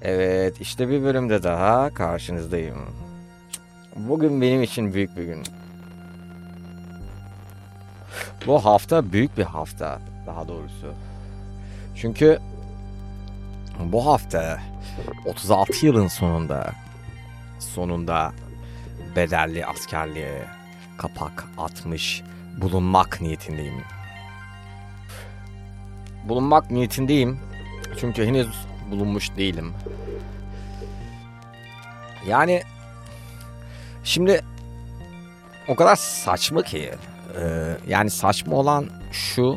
Evet, işte bir bölümde daha karşınızdayım. Bugün benim için büyük bir gün. Bu hafta büyük bir hafta, daha doğrusu. Çünkü bu hafta 36 yılın sonunda bedelli askerliğe kapak atmış bulunmak niyetindeyim. Çünkü henüz bulunmuş değilim. Yani şimdi o kadar saçma ki, yani saçma olan şu,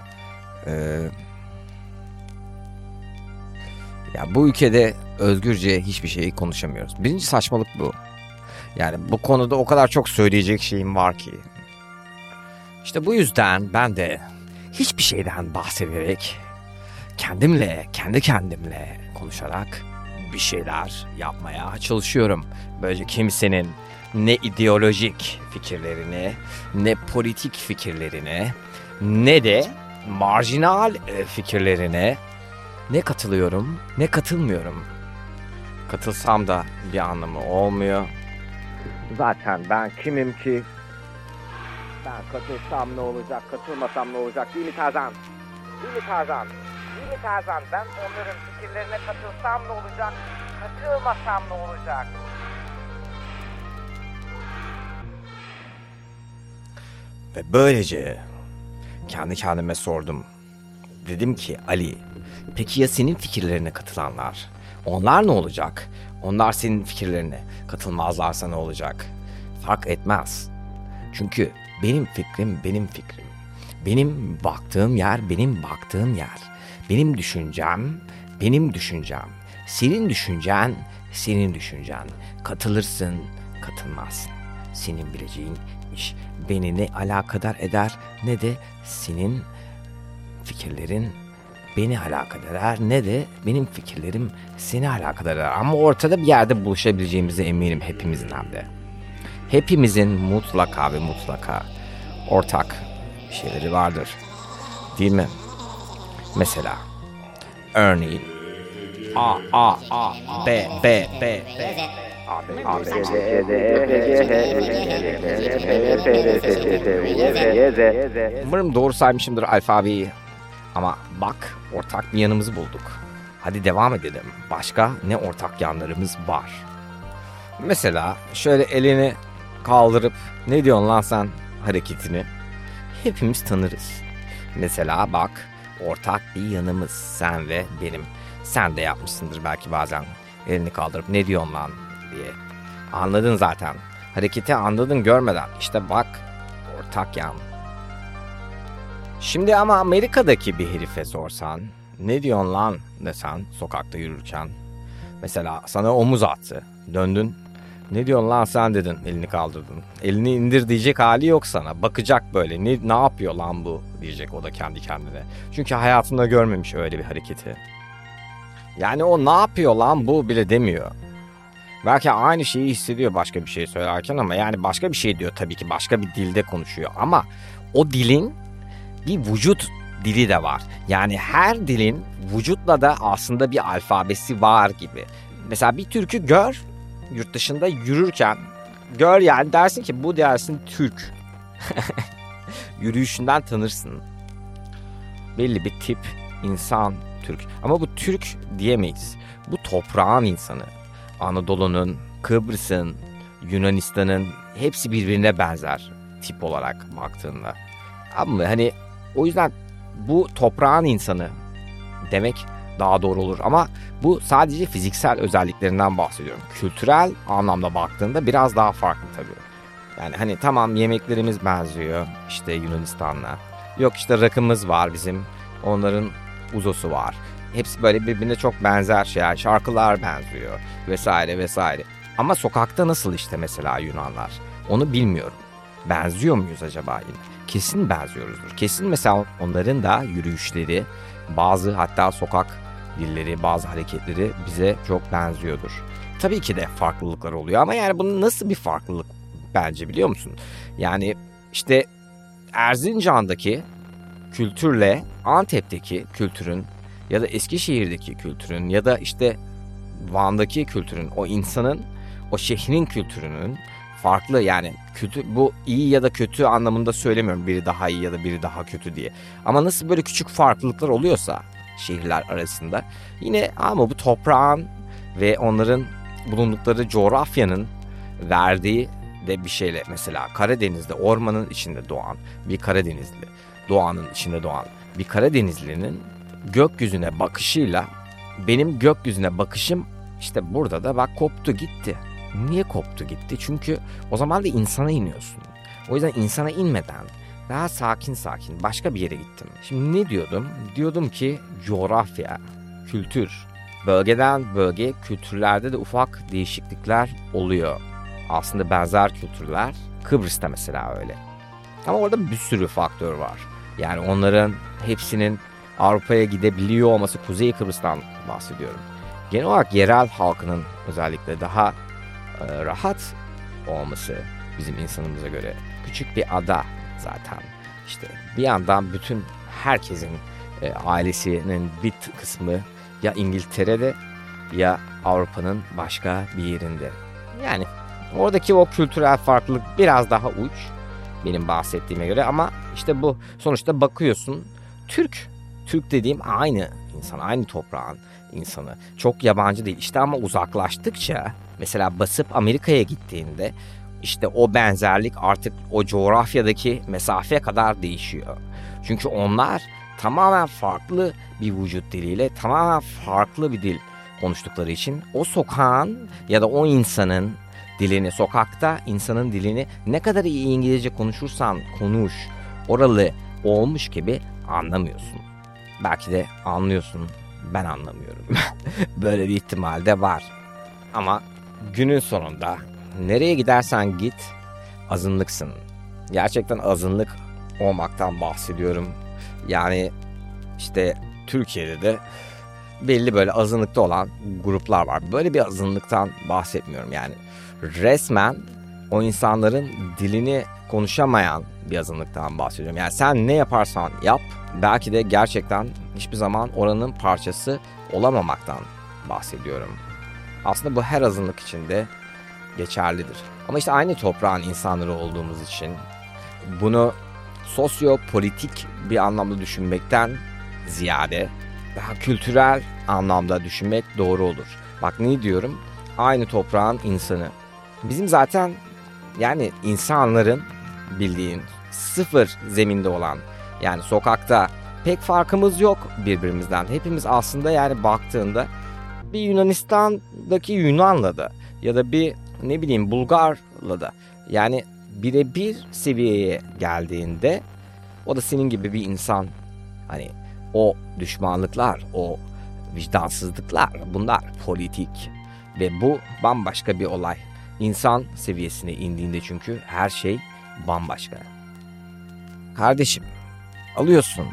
ya bu ülkede özgürce hiçbir şeyi konuşamıyoruz. Birinci saçmalık bu. Yani bu konuda o kadar çok söyleyecek şeyim var ki. İşte bu yüzden ben de hiçbir şeyden bahsederek kendi kendimle konuşarak bir şeyler yapmaya çalışıyorum. Böylece kimsenin ne ideolojik fikirlerini, ne politik fikirlerini, ne de marjinal fikirlerine ne katılıyorum, ne katılmıyorum. Katılsam da bir anlamı olmuyor. Zaten ben kimim ki? Ben katılsam ne olacak, katılmasam ne olacak, değil mi Tarzan? Değil mi Tarzan? Değil mi Tarzan? Ben onların fikirlerine katılsam ne olacak, katılmasam ne olacak? Ve böylece kendi kendime sordum. Dedim ki Ali, peki ya senin fikirlerine katılanlar? Onlar ne olacak? Onlar senin fikirlerine katılmazlarsa ne olacak? Fark etmez. Çünkü benim fikrim benim fikrim. Benim baktığım yer benim baktığım yer. Benim düşüncem benim düşüncem. Senin düşüncen senin düşüncen. Katılırsın, katılmazsın. Senin bileceğin iş. Beni ne alakadar eder ne de senin fikirlerin beni alakadar eder ne de benim fikirlerim seni alakadar eder. Ama ortada bir yerde buluşabileceğimize eminim, hepimizin hem de. Hepimizin mutlaka ve mutlaka ortak şeyleri vardır. Değil mi? Mesela örneğin A, B. Umarım doğru saymışımdır alfabeyi. Ama bak, ortak bir yanımızı bulduk. Hadi devam edelim. Başka ne ortak yanlarımız var? Mesela şöyle elini kaldırıp ne diyorsun lan sen hareketini hepimiz tanırız. Mesela bak, ortak bir yanımız sen ve benim. Sen de yapmışsındır belki bazen, elini kaldırıp ne diyorsun lan diye. Anladın zaten. Hareketi anladın görmeden. İşte bak, ortak yan. Şimdi ama Amerika'daki bir herife sorsan, ne diyorsun lan desen sokakta yürürken. Mesela sana omuz attı. Döndün. Ne diyorsun lan sen dedin, elini kaldırdın. Elini indir diyecek hali yok sana. Bakacak böyle, ne yapıyor lan bu diyecek o da kendi kendine. Çünkü hayatında görmemiş öyle bir hareketi. Yani o ne yapıyor lan bu bile demiyor. Belki aynı şeyi hissediyor başka bir şey söylerken ama yani başka bir şey diyor tabii ki. Başka bir dilde konuşuyor ama o dilin bir vücut dili de var. Yani her dilin vücutla da aslında bir alfabesi var gibi. Mesela bir Türk'ü gör, yurt dışında yürürken gör, yani dersin ki bu dersin Türk. Yürüyüşünden tanırsın. Belli bir tip insan Türk. Ama bu Türk diyemeyiz. Bu toprağın insanı. Anadolu'nun, Kıbrıs'ın, Yunanistan'ın hepsi birbirine benzer tip olarak baktığında. Ama hani o yüzden bu toprağın insanı demek daha doğru olur. Ama bu sadece fiziksel özelliklerinden bahsediyorum. Kültürel anlamda baktığında biraz daha farklı tabii. Yani hani tamam, yemeklerimiz benziyor işte Yunanistan'la. Yok işte rakımız var bizim, onların uzosu var. Hepsi böyle birbirine çok benzer şeyler. Şarkılar benziyor vesaire vesaire. Ama sokakta nasıl işte mesela Yunanlar? Onu bilmiyorum. Benziyor muyuz acaba yine? Kesin benziyoruzdur. Kesin mesela onların da yürüyüşleri, bazı hatta sokak dilleri, bazı hareketleri bize çok benziyordur. Tabii ki de farklılıklar oluyor ama yani bunun nasıl bir farklılık bence biliyor musun? Yani işte Erzincan'daki kültürle Antep'teki kültürün ya da Eskişehir'deki kültürün ya da işte Van'daki kültürün, o insanın, o şehrin kültürünün farklı, yani kötü, bu iyi ya da kötü anlamında söylemiyorum, biri daha iyi ya da biri daha kötü diye. Ama nasıl böyle küçük farklılıklar oluyorsa şehirler arasında, yine ama bu toprağın ve onların bulundukları coğrafyanın verdiği de bir şeyle, mesela Karadeniz'de ormanın içinde doğan bir Karadenizli, doğanın içinde doğan bir Karadenizlinin gökyüzüne bakışıyla benim gökyüzüne bakışım işte burada da bak koptu gitti. Niye koptu gitti? Çünkü o zaman da insana iniyorsun. O yüzden insana inmeden daha sakin sakin başka bir yere gittim. Şimdi ne diyordum? Diyordum ki coğrafya, kültür, bölgeden bölgeye kültürlerde de ufak değişiklikler oluyor. Aslında benzer kültürler, Kıbrıs'ta mesela öyle. Ama orada bir sürü faktör var. Yani onların hepsinin Avrupa'ya gidebiliyor olması, Kuzey Kıbrıs'tan bahsediyorum. Genel olarak yerel halkının özellikle daha rahat olması bizim insanımıza göre. Küçük bir ada zaten. İşte bir yandan bütün herkesin ailesinin bir kısmı ya İngiltere'de ya Avrupa'nın başka bir yerinde. Yani oradaki o kültürel farklılık biraz daha uç benim bahsettiğime göre, ama işte bu sonuçta bakıyorsun Türk dediğim aynı insan, aynı toprağın insanı. Çok yabancı değil işte, ama uzaklaştıkça mesela basıp Amerika'ya gittiğinde işte o benzerlik artık o coğrafyadaki mesafeye kadar değişiyor. Çünkü onlar tamamen farklı bir vücut diliyle, tamamen farklı bir dil konuştukları için o sokağın ya da o insanın dilini, sokakta insanın dilini ne kadar iyi İngilizce konuşursan konuş, oralı olmuş gibi anlamıyorsun. Belki de anlıyorsun, ben anlamıyorum. Böyle bir ihtimal de var. Ama günün sonunda nereye gidersen git azınlıksın. Gerçekten azınlık olmaktan bahsediyorum. Yani işte Türkiye'de de belli böyle azınlıkta olan gruplar var. Böyle bir azınlıktan bahsetmiyorum yani. Resmen o insanların dilini konuşamayan bir azınlıktan bahsediyorum. Yani sen ne yaparsan yap, belki de gerçekten hiçbir zaman oranın parçası olamamaktan bahsediyorum. Aslında bu her azınlık için de geçerlidir. Ama işte aynı toprağın insanları olduğumuz için bunu sosyopolitik bir anlamda düşünmekten ziyade daha kültürel anlamda düşünmek doğru olur. Bak ne diyorum? Aynı toprağın insanı. Bizim zaten yani insanların bildiğin sıfır zeminde olan, yani sokakta pek farkımız yok birbirimizden. Hepimiz aslında yani baktığında bir Yunanistan'daki Yunan'la da ya da bir ne bileyim Bulgar'la da yani birebir seviyeye geldiğinde o da senin gibi bir insan. Hani o düşmanlıklar, o vicdansızlıklar, bunlar politik ve bu bambaşka bir olay. İnsan seviyesine indiğinde çünkü her şey bambaşka. Kardeşim, alıyorsun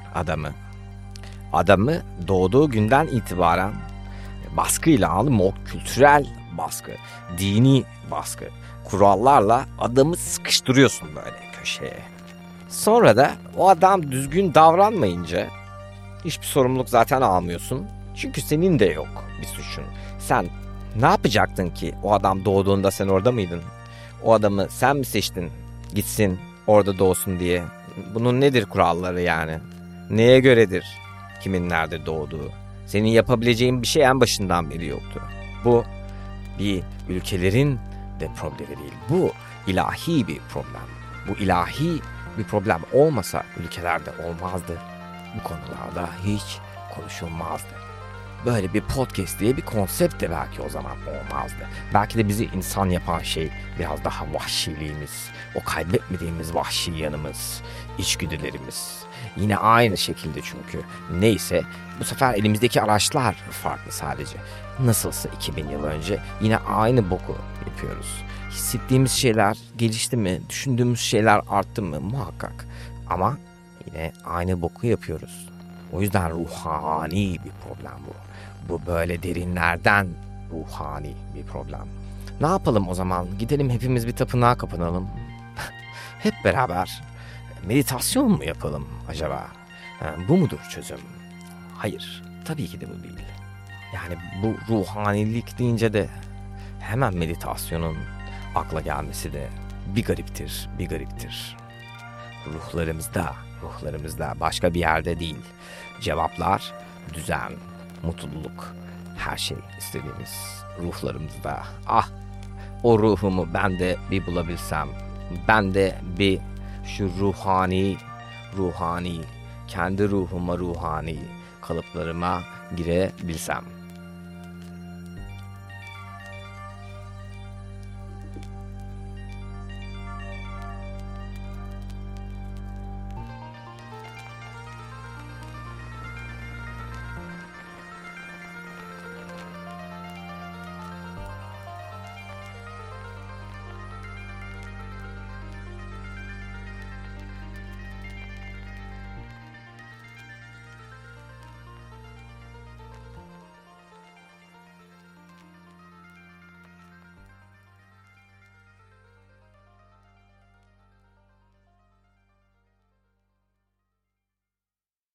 adamı doğduğu günden itibaren baskıyla aldım, o kültürel baskı, dini baskı, kurallarla adamı sıkıştırıyorsun böyle köşeye. Sonra da o adam düzgün davranmayınca hiçbir sorumluluk zaten almıyorsun. Çünkü senin de yok bir suçun. Sen ne yapacaktın ki o adam doğduğunda, sen orada mıydın? O adamı sen mi seçtin gitsin orada doğsun diye? Bunun nedir kuralları yani? Neye göredir kimin nerede doğduğu? Senin yapabileceğin bir şey en başından beri yoktu. Bu bir ülkelerin de problemi değil. Bu ilahi bir problem. Bu ilahi bir problem olmasa ülkelerde olmazdı. Bu konularda hiç konuşulmazdı. Böyle bir podcast diye bir konsept de belki o zaman olmazdı. Belki de bizi insan yapan şey biraz daha vahşiliğimiz, o kaybetmediğimiz vahşi yanımız, içgüdülerimiz. Yine aynı şekilde çünkü. Neyse, bu sefer elimizdeki araçlar farklı sadece. Nasılsa 2000 yıl önce yine aynı boku yapıyoruz. Hissettiğimiz şeyler gelişti mi? Düşündüğümüz şeyler arttı mı? Muhakkak. Ama yine aynı boku yapıyoruz. O yüzden ruhani bir problem bu. Bu böyle derinlerden ruhani bir problem. Ne yapalım o zaman? Gidelim hepimiz bir tapınağa kapanalım. Hep beraber meditasyon mu yapalım acaba? Bu mudur çözüm? Hayır, tabii ki de bu değil. Yani bu ruhanilik deyince de hemen meditasyonun akla gelmesi de bir gariptir, bir gariptir. Ruhlarımızda, başka bir yerde değil. Cevaplar, düzen, mutluluk, her şey istediğimiz ruhlarımızda. Ah, o ruhumu ben de bir bulabilsem, ben de bir şu ruhani, kendi ruhuma ruhani kalıplarıma girebilsem.